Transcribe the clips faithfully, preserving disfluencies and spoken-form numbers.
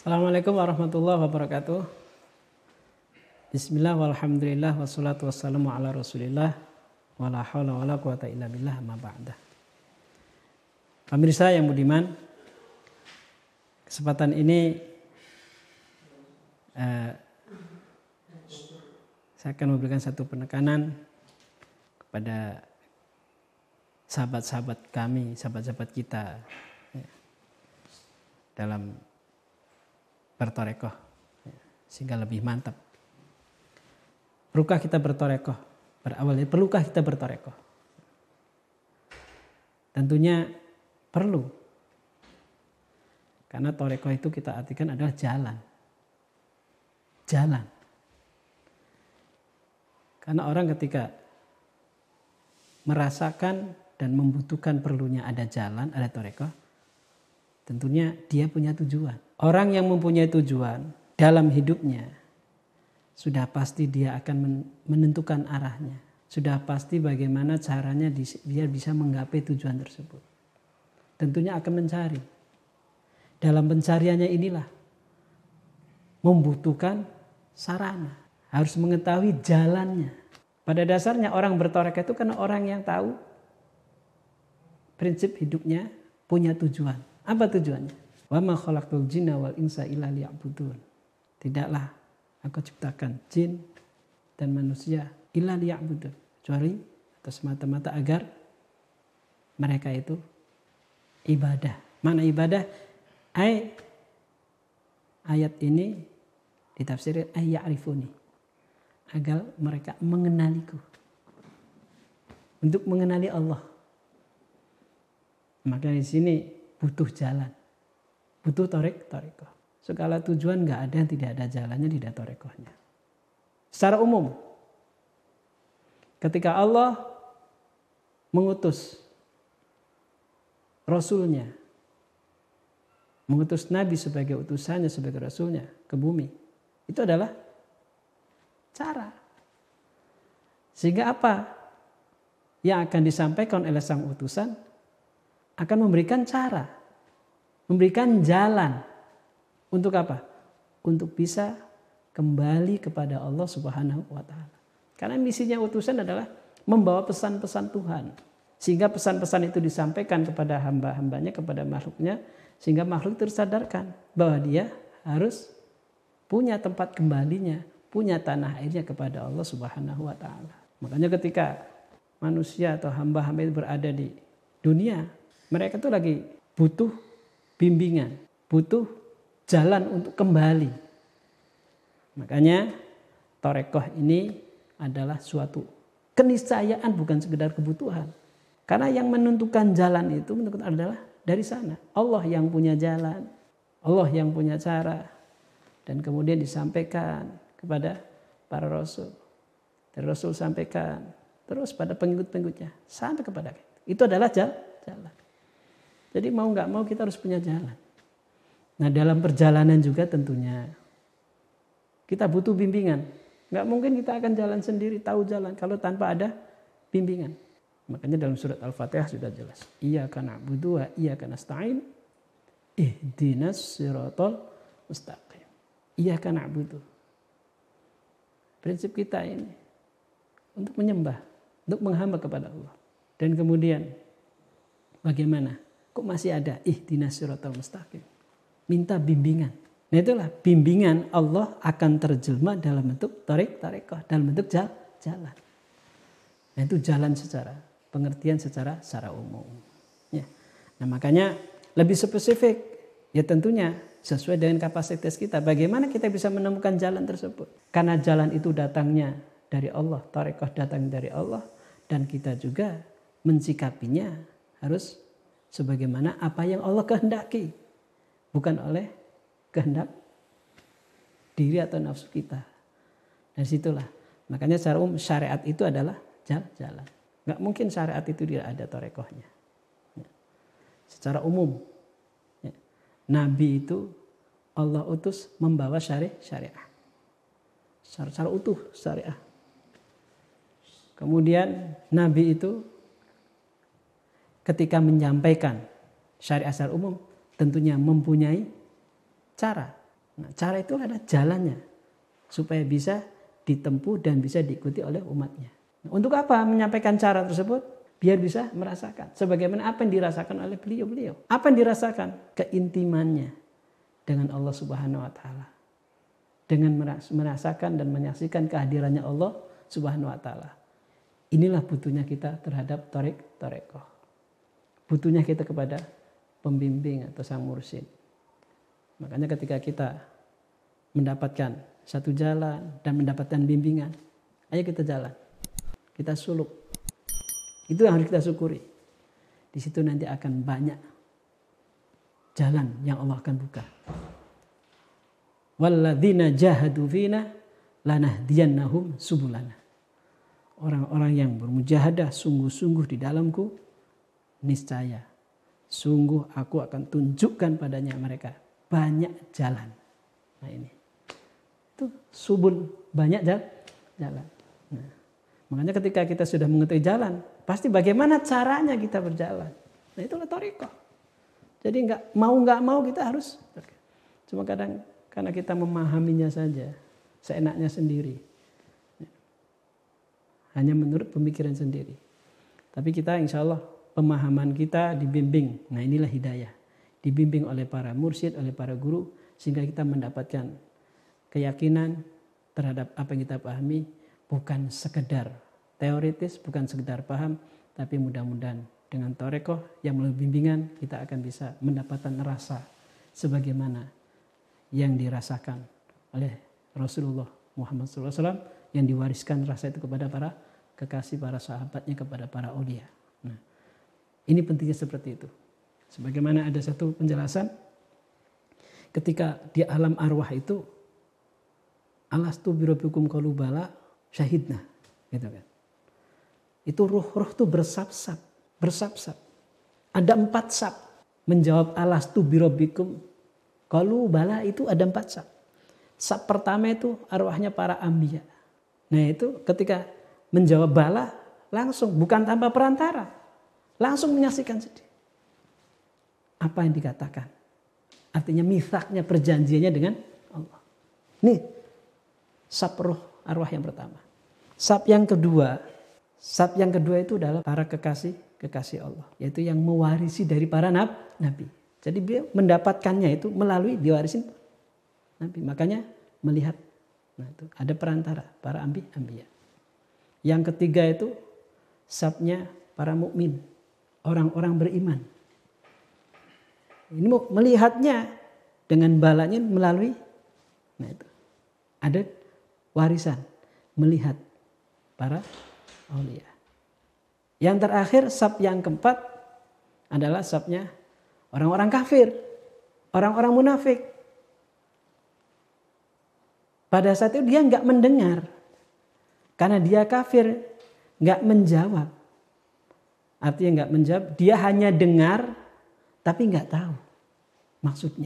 Assalamualaikum warahmatullahi wabarakatuh. Bismillah walhamdulillah wassalatu wassalamu ala rasulillah wala hawla wala quwata illa billah amma ba'dah. Pemirsa yang budiman, kesempatan ini eh, saya akan memberikan satu penekanan kepada sahabat-sahabat kami, sahabat-sahabat kita ya, dalam bertorekoh ya, sehingga lebih mantap. Perlukah kita bertorekoh? Berawal dari perlukah kita bertorekoh? Tentunya perlu. Karena torekoh itu kita artikan adalah jalan. Jalan. Karena orang ketika merasakan dan membutuhkan perlunya ada jalan, ada torekoh, tentunya dia punya tujuan. Orang yang mempunyai tujuan dalam hidupnya, sudah pasti dia akan menentukan arahnya. Sudah pasti bagaimana caranya dia bisa menggapai tujuan tersebut. Tentunya akan mencari. Dalam pencariannya inilah membutuhkan sarana. Harus mengetahui jalannya. Pada dasarnya orang bertorekoh itu karena orang yang tahu prinsip hidupnya, punya tujuan. Apa tujuannya? Wa ma khalaqtul jinna wal insa illa liya'budun. Tidaklah aku ciptakan jin dan manusia illa liya'budun, kecuali atau semata-mata agar mereka itu ibadah. Mana ibadah? Ay, ayat ini ditafsirkan ay ya'rifuni, agar mereka mengenaliku. Untuk mengenali Allah. Maka di sini butuh jalan. Butuh torek, torekoh. Segala tujuan nggak ada yang tidak ada jalannya, tidak ada torekohnya. Secara umum, ketika Allah mengutus Rasulnya, mengutus Nabi sebagai utusannya, sebagai Rasulnya ke bumi, itu adalah cara. Sehingga apa yang akan disampaikan oleh sang utusan akan memberikan cara, memberikan jalan. Untuk apa? Untuk bisa kembali kepada Allah Subhanahu wa taala. Karena misinya utusan adalah membawa pesan-pesan Tuhan. Sehingga pesan-pesan itu disampaikan kepada hamba-hambanya, kepada makhluknya. Sehingga makhluk tersadarkan bahwa dia harus punya tempat kembalinya, punya tanah airnya kepada Allah Subhanahu wa taala. Makanya ketika manusia atau hamba-hamba itu berada di dunia, mereka itu lagi butuh bimbingan, butuh jalan untuk kembali. Makanya torekoh ini adalah suatu keniscayaan, bukan sekedar kebutuhan. Karena yang menentukan jalan itu menentukan adalah dari sana. Allah yang punya jalan, Allah yang punya cara. Dan kemudian disampaikan kepada para rasul. Dan Rasul sampaikan terus pada pengikut-pengikutnya sampai kepada kita. Itu adalah jalan. Jadi mau nggak mau kita harus punya jalan. Nah dalam perjalanan juga tentunya kita butuh bimbingan. Nggak mungkin kita akan jalan sendiri, tahu jalan kalau tanpa ada bimbingan. Makanya dalam surat Al-Fatihah sudah jelas. Iyyaka na'budu wa iyyaka nasta'in. Ihdinas siratal mustaqim. Iyyaka na'budu. Prinsip kita ini untuk menyembah, untuk menghamba kepada Allah. Dan kemudian bagaimana? Kok masih ada ihdinas siratal mustaqim? Minta bimbingan. Nah itulah bimbingan Allah akan terjelma dalam bentuk tarik tarekoh, dalam bentuk jalan. Nah itu jalan secara pengertian secara secara umum. Ya. Nah makanya lebih spesifik, ya tentunya sesuai dengan kapasitas kita. Bagaimana kita bisa menemukan jalan tersebut? Karena jalan itu datangnya dari Allah, tarekoh datang dari Allah, dan kita juga mensikapinya harus sebagaimana apa yang Allah kehendaki. Bukan oleh kehendak diri atau nafsu kita. Dari situlah. Makanya secara umum syariat itu adalah jalan. Gak mungkin syariat itu tidak ada torekohnya. Ya. Secara umum. Ya. Nabi itu Allah utus membawa syari syariah. Secara, secara utuh syariah. Kemudian Nabi itu ketika menyampaikan syariat secara umum tentunya mempunyai cara. Nah, cara itu adalah jalannya supaya bisa ditempuh dan bisa diikuti oleh umatnya. Nah, untuk apa menyampaikan cara tersebut? Biar bisa merasakan sebagaimana apa yang dirasakan oleh beliau-beliau. Apa yang dirasakan? Keintimannya dengan Allah Subhanahu wa taala. Dengan merasakan dan menyaksikan kehadirannya Allah Subhanahu wa taala. Inilah butuhnya kita terhadap torik torekoh. Butuhnya kita kepada pembimbing atau sang mursyid. Makanya ketika kita mendapatkan satu jalan dan mendapatkan bimbingan, ayo kita jalan. Kita suluk. Itu yang harus kita syukuri. Di situ nanti akan banyak jalan yang Allah akan buka. Walladzina jahadu fina lanahdiyannahum subulana. Orang-orang yang bermujahadah sungguh-sungguh di dalamku, niscaya sungguh aku akan tunjukkan padanya mereka banyak jalan. Nah ini. Itu subul, banyak jalan. Nah, makanya ketika kita sudah mengetahui jalan, pasti bagaimana caranya kita berjalan. Nah itulah thariqah. Jadi nggak mau nggak mau kita harus. Cuma kadang karena kita memahaminya saja, seenaknya sendiri. Hanya menurut pemikiran sendiri. Tapi kita insya Allah pemahaman kita dibimbing. Nah inilah hidayah. Dibimbing oleh para mursyid, oleh para guru. Sehingga kita mendapatkan keyakinan terhadap apa yang kita pahami. Bukan sekedar teoritis, bukan sekedar paham. Tapi mudah-mudahan dengan thariqah yang melalui bimbingan kita akan bisa mendapatkan rasa. Sebagaimana yang dirasakan oleh Rasulullah Muhammad shallallahu alaihi wasallam. Yang diwariskan rasa itu kepada para kekasih, para sahabatnya, kepada para aulia. Nah, ini pentingnya seperti itu. Sebagaimana ada satu penjelasan ketika di alam arwah itu alastu birabbikum qalu bala syahidna gitu kan. Itu ruh-ruh tuh bersap-sap, bersap-sap. Ada empat sap menjawab alastu birabbikum qalu bala, itu ada empat sap. Sap pertama itu arwahnya para anbiya. Nah itu ketika menjawab bala langsung, bukan tanpa perantara, langsung menyaksikan sendiri apa yang dikatakan. Artinya mitsaknya, perjanjiannya dengan Allah. Nih sab roh arwah yang pertama. Sab yang kedua, sab yang kedua itu adalah para kekasih kekasih Allah, yaitu yang mewarisi dari para nabi. Jadi beliau mendapatkannya itu melalui diwarisin nabi. Makanya melihat, nah itu ada perantara para ambi ambiya. Yang ketiga itu sabnya para mukmin, orang-orang beriman. Ini melihatnya dengan balanya melalui, nah itu ada warisan melihat para aulia. Yang terakhir sab yang keempat adalah sabnya orang-orang kafir, orang-orang munafik. Pada saat itu dia nggak mendengar karena dia kafir, nggak menjawab. Artinya nggak menjawab, dia hanya dengar tapi nggak tahu maksudnya.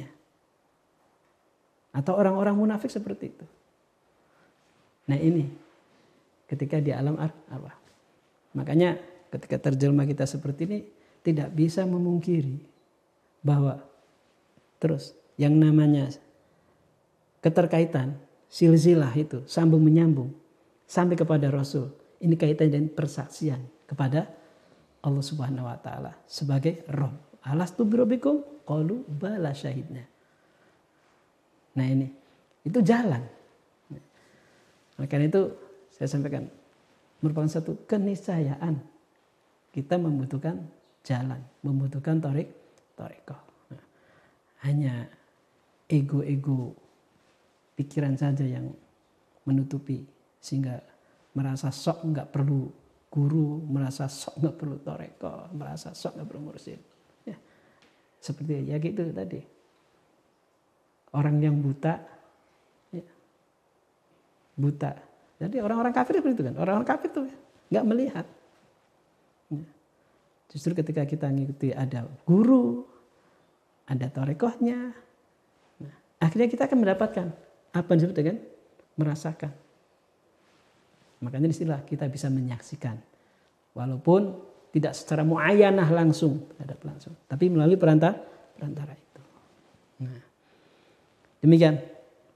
Atau orang-orang munafik seperti itu. Nah ini ketika di alam arwah. Makanya ketika terjemah kita seperti ini tidak bisa memungkiri bahwa terus yang namanya keterkaitan silsilah itu sambung menyambung sampai kepada Rasul. Ini kaitan dengan persaksian kepada Allah Subhanahu wa taala sebagai Rabb. Alastu birabbikum qalu bala syahidna. Nah ini itu jalan. Nah, karena itu saya sampaikan merupakan satu keniscayaan kita membutuhkan jalan, membutuhkan tarik tarikah. Nah, hanya ego-ego pikiran saja yang menutupi sehingga merasa sok nggak perlu guru, merasa sok nggak perlu tarekah, merasa sok nggak perlu mursyid. Ya, seperti ya gitu tadi. Orang yang buta, ya, buta. Jadi orang-orang kafir seperti itu kan. Orang-orang kafir tuh nggak melihat. Ya. Justru ketika kita ngikuti ada guru, ada tarekahnya, nah, akhirnya kita akan mendapatkan apa yang disebut dengan merasakan. Makanya istilah kita bisa menyaksikan. Walaupun tidak secara muayyanah langsung, terhadap langsung. Tapi melalui perantara, perantara itu. Nah, demikian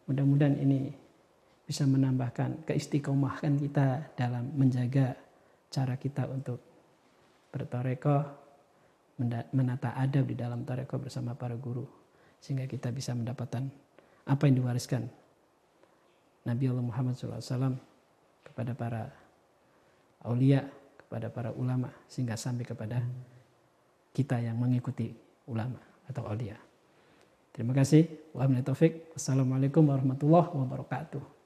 Mudah-mudahan ini bisa menambahkan keistiqomahan kita dalam menjaga cara kita untuk bertarekoh, menata adab di dalam tarekoh bersama para guru, sehingga kita bisa mendapatkan apa yang diwariskan Nabi Allah Muhammad shallallahu alaihi wasallam kepada para aulia, kepada para ulama, sehingga sampai kepada kita yang mengikuti ulama atau aulia. Terima kasih. Wabillahi taufik. Wassalamualaikum warahmatullahi wabarakatuh.